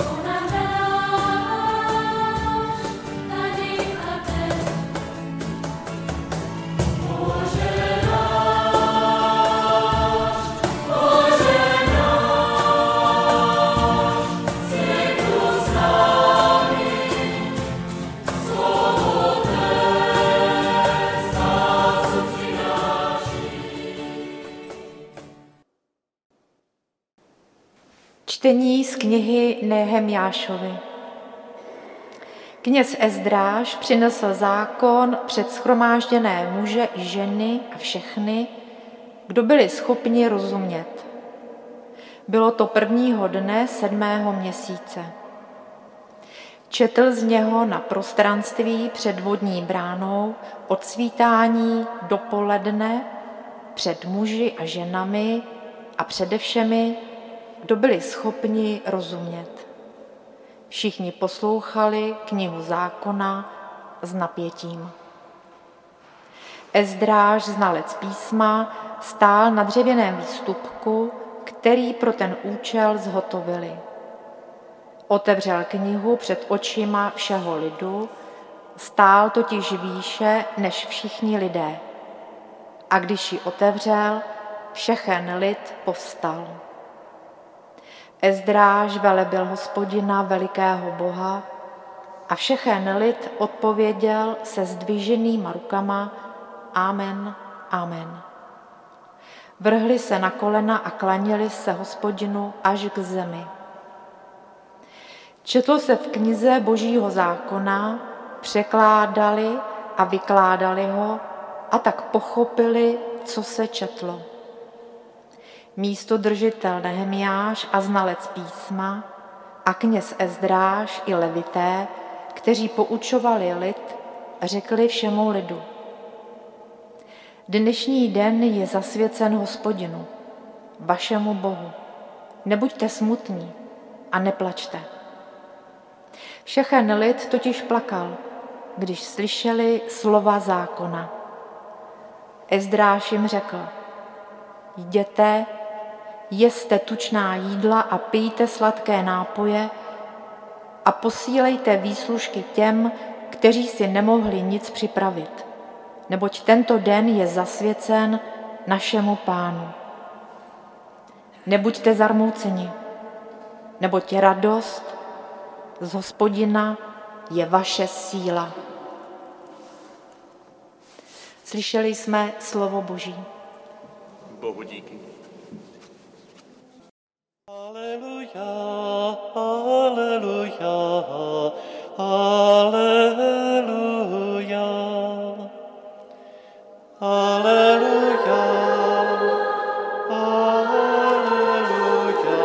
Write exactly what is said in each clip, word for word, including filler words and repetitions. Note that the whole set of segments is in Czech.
Čtení z knihy Nehemjášovi. Kněz Ezdráš přinesl zákon před shromážděné muže i ženy a všechny, kdo byli schopni rozumět. Bylo to prvního dne sedmého měsíce. Četl z něho na prostranství před vodní bránou od svítání do poledne před muži a ženami a přede všemi, kdo byli schopni rozumět. Všichni poslouchali knihu zákona s napětím. Ezdráš, znalec písma, stál na dřevěném výstupku, který pro ten účel zhotovili. Otevřel knihu před očima všeho lidu, stál totiž výše než všichni lidé. A když ji otevřel, všechen lid povstal. Ezdráš velebil Hospodina, velikého Boha, a všechen lid odpověděl se zdviženýma rukama: Amen, amen. Vrhli se na kolena a klanili se Hospodinu až k zemi. Četlo se v knize Božího zákona, překládali a vykládali ho a tak pochopili, co se četlo. Místodržitel Nehemjáš a znalec písma a kněz Ezdráš i levité, kteří poučovali lid, řekli všemu lidu: Dnešní den je zasvěcen Hospodinu, vašemu Bohu. Nebuďte smutní a neplačte. Všechen lid totiž plakal, když slyšeli slova zákona. Ezdráš jim řekl: Jděte, jeste tučná jídla a pijte sladké nápoje a posílejte výslužky těm, kteří si nemohli nic připravit, neboť tento den je zasvěcen našemu Pánu. Nebuďte zarmouceni, neboť radost z Hospodina je vaše síla. Slyšeli jsme slovo Boží. Bohu díky. Aleluja, aleluja, aleluja, aleluja, aleluja,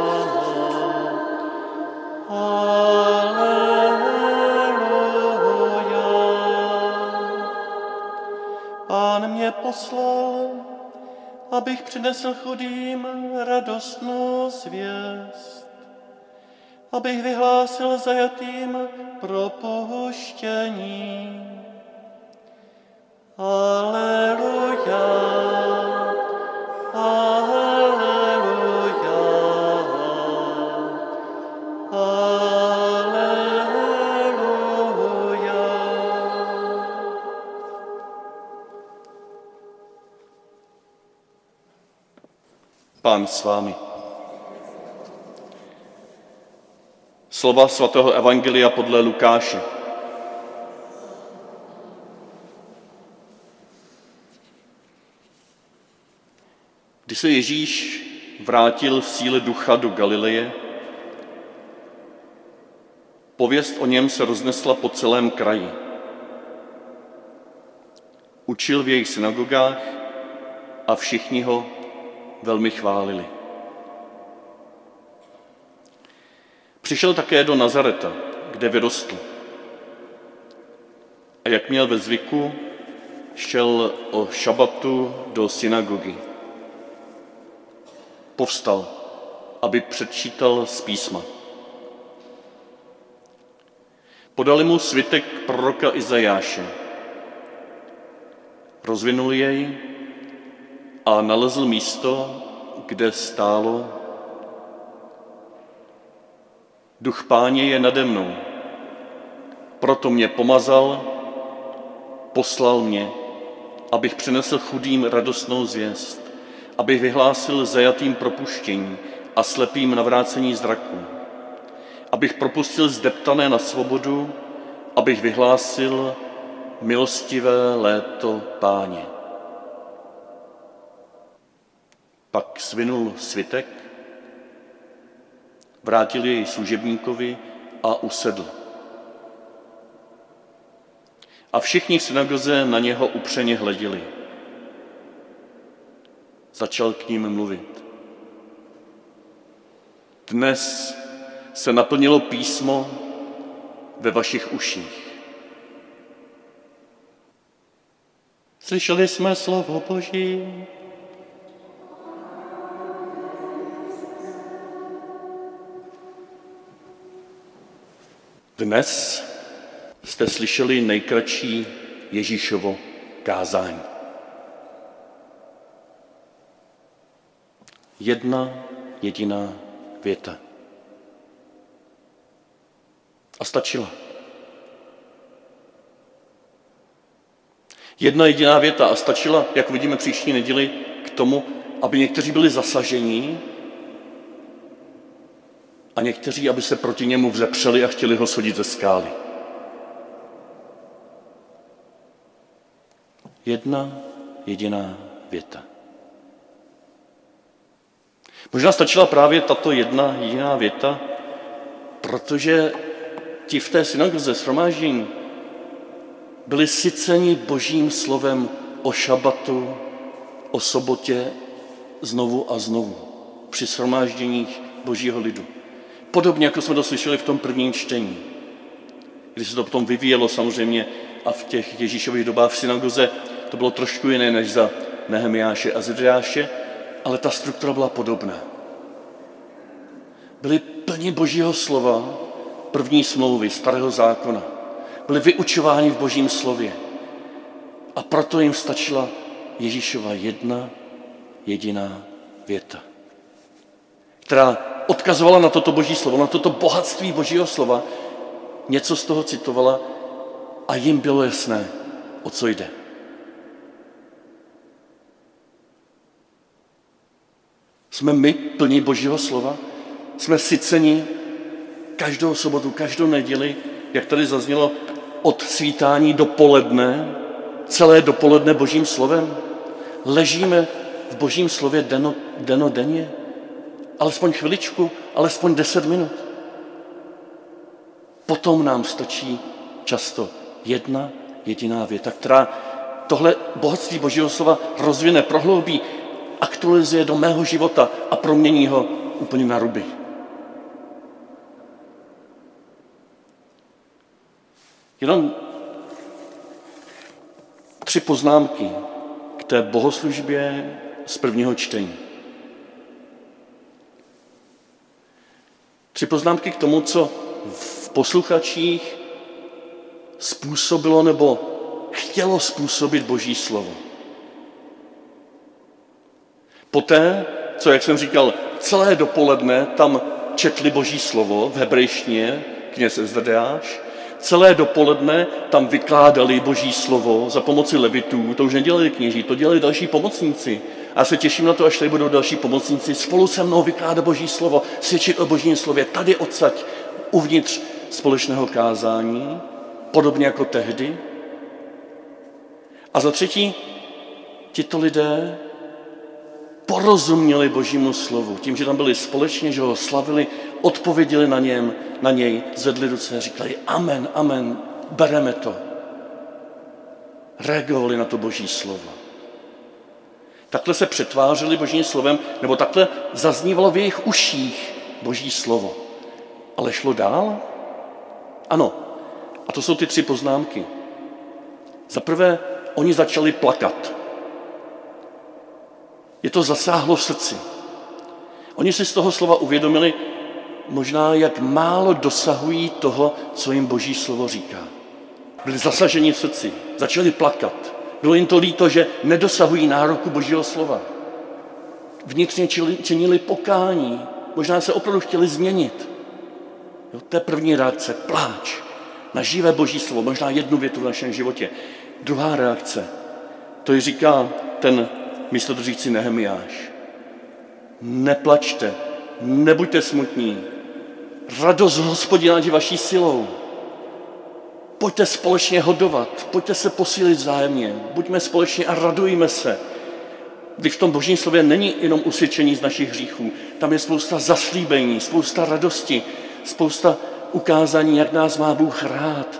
aleluja. Pán mě poslal, abych přinesl chudým radostnou zvěst, abych vyhlásil zajatým propuštění. Aleluja, aleluja, aleluja. Pán s vámi. Slova svatého evangelia podle Lukáše. Když se Ježíš vrátil v síle ducha do Galileje, pověst o něm se roznesla po celém kraji. Učil v jejich synagogách a všichni ho velmi chválili. Přišel také do Nazareta, kde vyrostl. A jak měl ve zvyku, šel o šabatu do synagogy. Povstal, aby předčítal z písma. Podali mu svitek proroka Izajáše. Rozvinul jej a nalezl místo, kde stálo: Duch Páně je nade mnou, proto mě pomazal, poslal mě, abych přinesl chudým radostnou zvěst, abych vyhlásil zajatým propuštění a slepým navrácení zraků, abych propustil zdeptané na svobodu, abych vyhlásil milostivé léto Páně. Pak svinul svitek, vrátil jej služebníkovi a usedl. A všichni v synagoze na něho upřeně hleděli. Začal k ním mluvit. Dnes se naplnilo písmo ve vašich uších. Slyšeli jsme slovo Boží. Dnes jste slyšeli nejkratší Ježíšovo kázání. Jedna jediná věta. A stačila. Jedna jediná věta a stačila, jak vidíme příští neděli, k tomu, aby někteří byli zasažení a někteří, aby se proti němu vzepřeli a chtěli ho shodit ze skály. Jedna jediná věta. Možná stačila právě tato jedna jediná věta, protože ti v té synagoze shromáždění byli syceni Božím slovem o šabatu, o sobotě znovu a znovu při shromážděních Božího lidu. Podobně, jako jsme to slyšeli v tom prvním čtení, kdy se to potom vyvíjelo samozřejmě a v těch Ježíšových dobách v synagoze to bylo trošku jiné než za Nehemiáše a Zedřiáše, ale ta struktura byla podobná. Byli plní Božího slova, první smlouvy, starého zákona. Byli vyučováni v Božím slově. A proto jim stačila Ježíšova jedna jediná věta, která odkazovala na toto Boží slovo, na toto bohatství Božího slova, něco z toho citovala a jim bylo jasné, o co jde. Jsme my plní Božího slova? Jsme syceni každou sobotu, každou neděli, jak tady zaznělo, od svítání do poledne, celé dopoledne Božím slovem? Ležíme v Božím slově deno, denodenně? Alespoň chviličku, alespoň deset minut. Potom nám stačí často jedna jediná věta, která tohle bohatství Božího slova rozvine, prohloubí, aktualizuje do mého života a promění ho úplně na ruby. Jenom tři poznámky k té bohoslužbě z prvního čtení. Tři poznámky k tomu, co v posluchačích způsobilo nebo chtělo způsobit Boží slovo. Poté, co, jak jsem říkal, celé dopoledne tam četli Boží slovo v hebrejštině, kněz Ezdrajáš, celé dopoledne tam vykládali Boží slovo za pomoci levitů, to už nedělali kněží, to dělali další pomocníci. A já se těším na to, až tady budou další pomocníci spolu se mnou vykládat Boží slovo, svědčit o Božím slově tady odsaď, uvnitř společného kázání, podobně jako tehdy. A za třetí, tito lidé porozuměli Božímu slovu, tím, že tam byli společně, že ho slavili, odpověděli na něm, na něj, zvedli ruce a říkali amen, amen, bereme to. Reagovali na to Boží slovo. Takhle se přetvářili Božím slovem, nebo takhle zaznívalo v jejich uších Boží slovo. Ale šlo dál? Ano. A to jsou ty tři poznámky. Za prvé, oni začali plakat. Je to zasáhlo v srdci. Oni si z toho slova uvědomili možná, jak málo dosahují toho, co jim Boží slovo říká. Byli zasaženi v srdci, začali plakat. Bylo jim to líto, že nedosahují nároku Božího slova. Vnitřně činili pokání, možná se opravdu chtěli změnit. Jo, to je první reakce, pláč na živé Boží slovo, možná jednu větu v našem životě. Druhá reakce, to ji říká ten místodržící Nehemiáš. Neplačte, nebuďte smutní, radost Hospodina je vaší silou. Pojďte společně hodovat, pojďte se posílit vzájemně, buďme společně a radujme se. Když v tom Božím slově není jenom usvědčení z našich hříchů, tam je spousta zaslíbení, spousta radosti, spousta ukázání, jak nás má Bůh rád.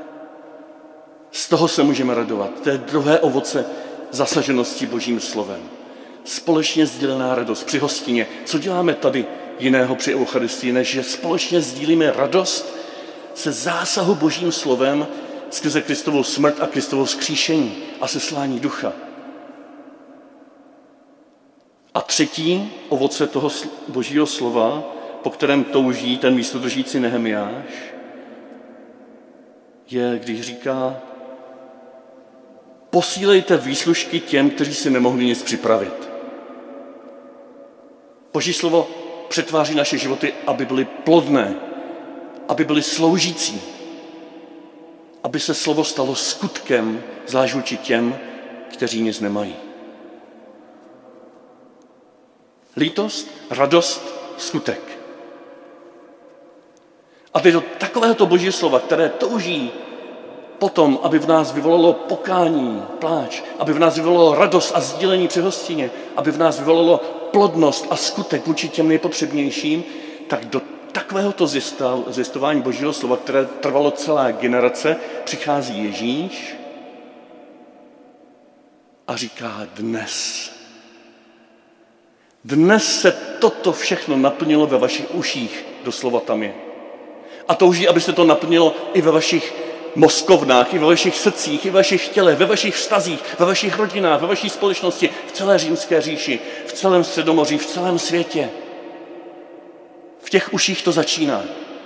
Z toho se můžeme radovat. To je druhé ovoce zasaženosti Božím slovem. Společně sdílená radost při hostině. Co děláme tady jiného při Eucharistii, než že společně sdílíme radost se zásahu Božím slovem skrze Kristovou smrt a Kristovo vzkříšení a seslání ducha. A třetí ovoce toho Božího slova, po kterém touží ten místodržící Nehemiáš, je, když říká, posílejte výslužky těm, kteří si nemohli nic připravit. Boží slovo přetváří naše životy, aby byly plodné, aby byly sloužící, aby se slovo stalo skutkem, zvlášť vůči těm, kteří nic nemají. Lítost, radost, skutek. A teď do takovéhoto Boží slova, které touží potom, aby v nás vyvolalo pokání, pláč, aby v nás vyvolalo radost a sdílení při hostině, aby v nás vyvolalo plodnost a skutek vůči těm nejpotřebnějším, tak do takovéhoto zjistování Božího slova, které trvalo celé generace, přichází Ježíš a říká dnes. Dnes se toto všechno naplnilo ve vašich uších, doslova tam je. A touží, aby se to naplnilo i ve vašich mozkovnách, i ve vašich srdcích, i ve vašich tělech, ve vašich vztazích, ve vašich rodinách, ve vaší společnosti, v celé římské říši, v celém Středomoří, v celém světě. V těch uších to začíná.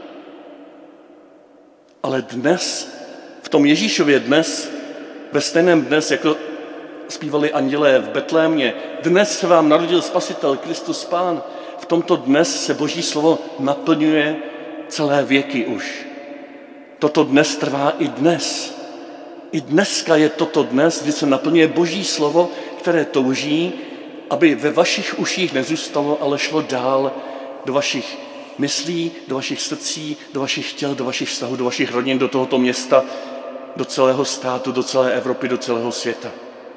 Ale dnes, v tom Ježíšově dnes, ve stejném dnes, jako zpívali andělé v Betlémě, dnes se vám narodil Spasitel, Kristus Pán, v tomto dnes se Boží slovo naplňuje celé věky už. Toto dnes trvá i dnes. I dneska je toto dnes, kdy se naplňuje Boží slovo, které touží, aby ve vašich uších nezůstalo, ale šlo dál do vašich myslí, do vašich srdcí, do vašich těl, do vašich vztahů, do vašich rodin, do tohoto města, do celého státu, do celé Evropy, do celého světa.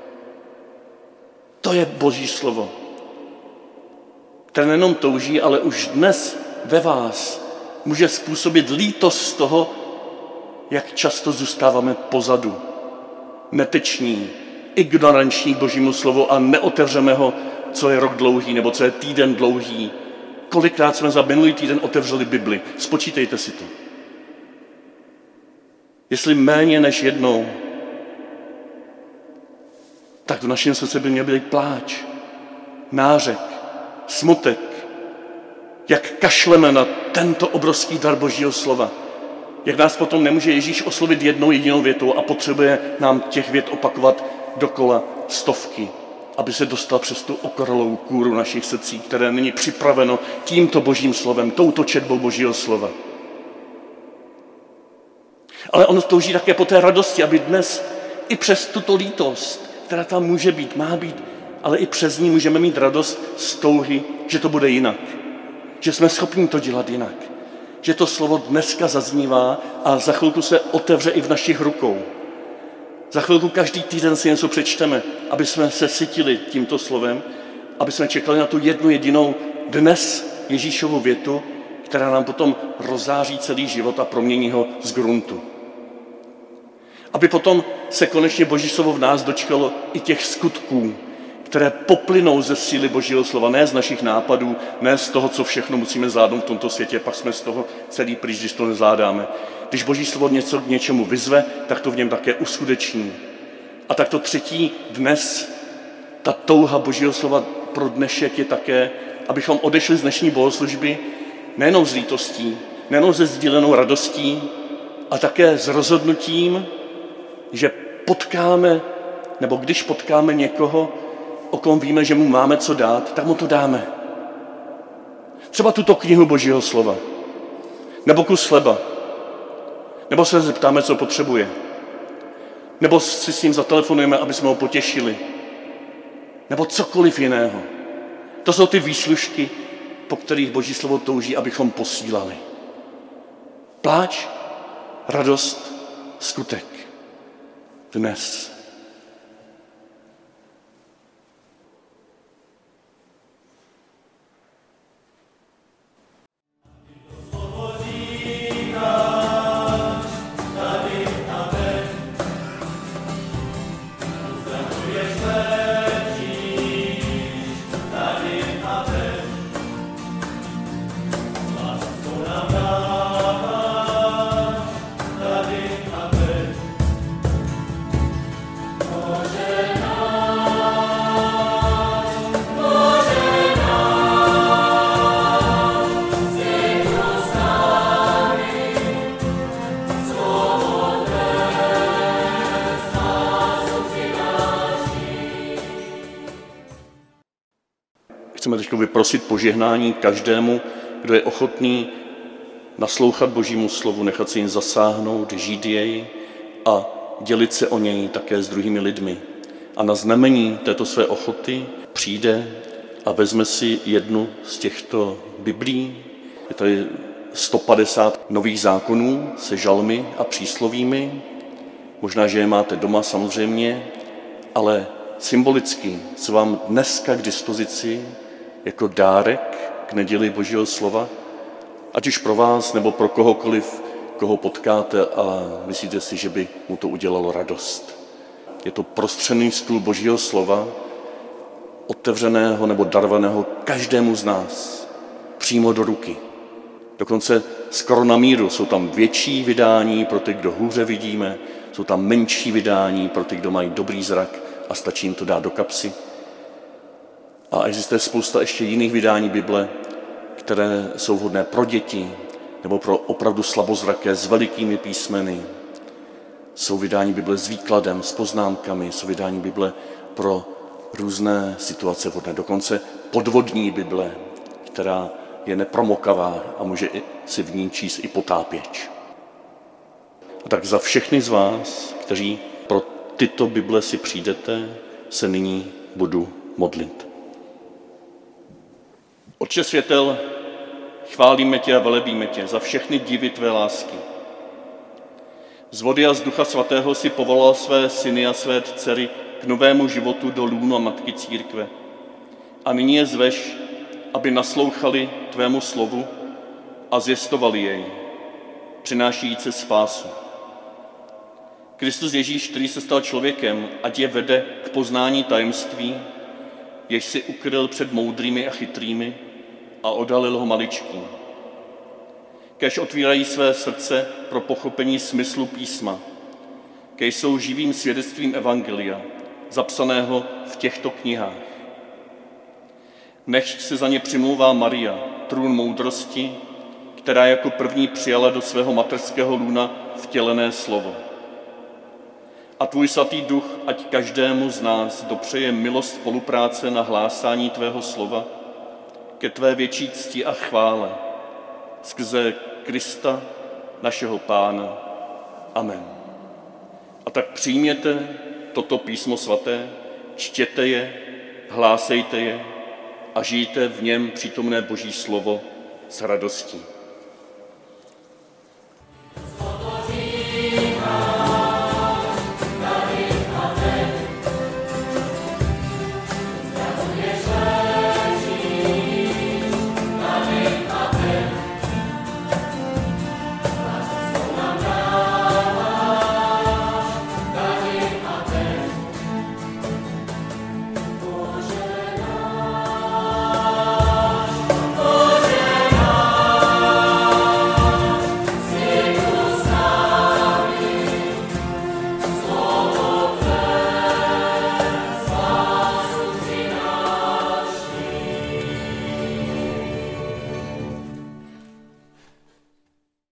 To je Boží slovo, které nejenom touží, ale už dnes ve vás může způsobit lítost z toho, jak často zůstáváme pozadu, neteční, ignoranční k Božímu slovu a neotevřeme ho, co je rok dlouhý nebo co je týden dlouhý. Kolikrát jsme za minulý týden otevřeli Bibli? Spočítejte si to. Jestli méně než jednou, tak v našem srdci by měl být pláč, nářek, smutek, jak kašleme na tento obrovský dar Božího slova. Jak nás potom nemůže Ježíš oslovit jednou jedinou větou a potřebuje nám těch vět opakovat dokola stovky, aby se dostal přes tu okoralou kůru našich srdcí, které není připraveno tímto Božím slovem, touto četbou Božího slova. Ale on touží také po té radosti, aby dnes i přes tuto lítost, která tam může být, má být, ale i přes ní můžeme mít radost z touhy, že to bude jinak. Že jsme schopni to dělat jinak. Že to slovo dneska zaznívá a za chvilku se otevře i v našich rukou. Za chvilku každý týden si něco přečteme, aby jsme se sytili tímto slovem, aby jsme čekali na tu jednu jedinou dnes Ježíšovu větu, která nám potom rozáří celý život a promění ho z gruntu. Aby potom se konečně Boží slovo v nás dočkalo i těch skutků, které poplynou ze síly Božího slova, ne z našich nápadů, ne z toho, co všechno musíme zvládnout v tomto světě, pak jsme z toho celý pryč, když to nezvládáme. Když Boží slovo něco k něčemu vyzve, tak to v něm také uskuteční. A tak to třetí dnes, ta touha Božího slova pro dnešek je také, abychom odešli z dnešní bohoslužby nejenom z lítostí, nejenom ze sdílenou radostí, a také s rozhodnutím, že potkáme, nebo když potkáme někoho, o kom víme, že mu máme co dát, tak mu to dáme. Třeba tuto knihu Božího slova. nebo kus chleba, nebo se zeptáme, co potřebuje, nebo si s ním zatelefonujeme, aby jsme ho potěšili, nebo cokoliv jiného. To jsou ty výslužky, po kterých Boží slovo touží, abychom posílali. Pláč, radost, skutek. Dnes. Chceme teď vyprosit požehnání každému, kdo je ochotný naslouchat Božímu slovu, nechat se jim zasáhnout, žít jej a dělit se o něj také s druhými lidmi. A na znamení této své ochoty přijde a vezme si jednu z těchto biblí. Je tady sto padesát nových zákonů se žalmy a příslovími. Možná, že je máte doma samozřejmě, ale symbolicky jsou vám dneska k dispozici jako dárek k neděli Božího slova, ať už pro vás nebo pro kohokoliv, koho potkáte a myslíte si, že by mu to udělalo radost. Je to prostřený stůl Božího slova, otevřeného nebo darovaného každému z nás, přímo do ruky. Dokonce skoro na míru. Jsou tam větší vydání pro ty, kdo hůře vidíme, jsou tam menší vydání pro ty, kdo mají dobrý zrak a stačí jim to dát do kapsy. A existuje spousta ještě jiných vydání Bible, které jsou vhodné pro děti nebo pro opravdu slabozraké s velikými písmeny. Jsou vydání Bible s výkladem, s poznámkami, jsou vydání Bible pro různé situace vhodné. Dokonce podvodní Bible, která je nepromokavá a může si v ní číst i potápěč. A tak za všechny z vás, kteří pro tyto Bible si přijdete, se nyní budu modlit. Otče světel, chválíme tě a velebíme tě za všechny divy tvé lásky. Z vody a z Ducha Svatého si povolal své syny a své dcery k novému životu do lůna Matky Církve. A nyní je zveš, aby naslouchali tvému slovu a zvěstovali jej, přinášející spásu. Kristus Ježíš, který se stal člověkem, ať je vede k poznání tajemství, jež si ukryl před moudrými a chytrými a odhalil ho maličkým. Kéž otvírají své srdce pro pochopení smyslu písma, kéž jsou živým svědectvím evangelia, zapsaného v těchto knihách. Nechť se za ně přimlouvá Maria, trůn moudrosti, která jako první přijala do svého mateřského lůna vtělené slovo. A tvůj svatý duch, ať každému z nás dopřeje milost spolupráce na hlásání tvého slova, ke tvé větší cti a chvále, skrze Krista, našeho Pána. Amen. A tak přijměte toto písmo svaté, čtěte je, hlásejte je a žijte v něm přítomné Boží slovo s radostí.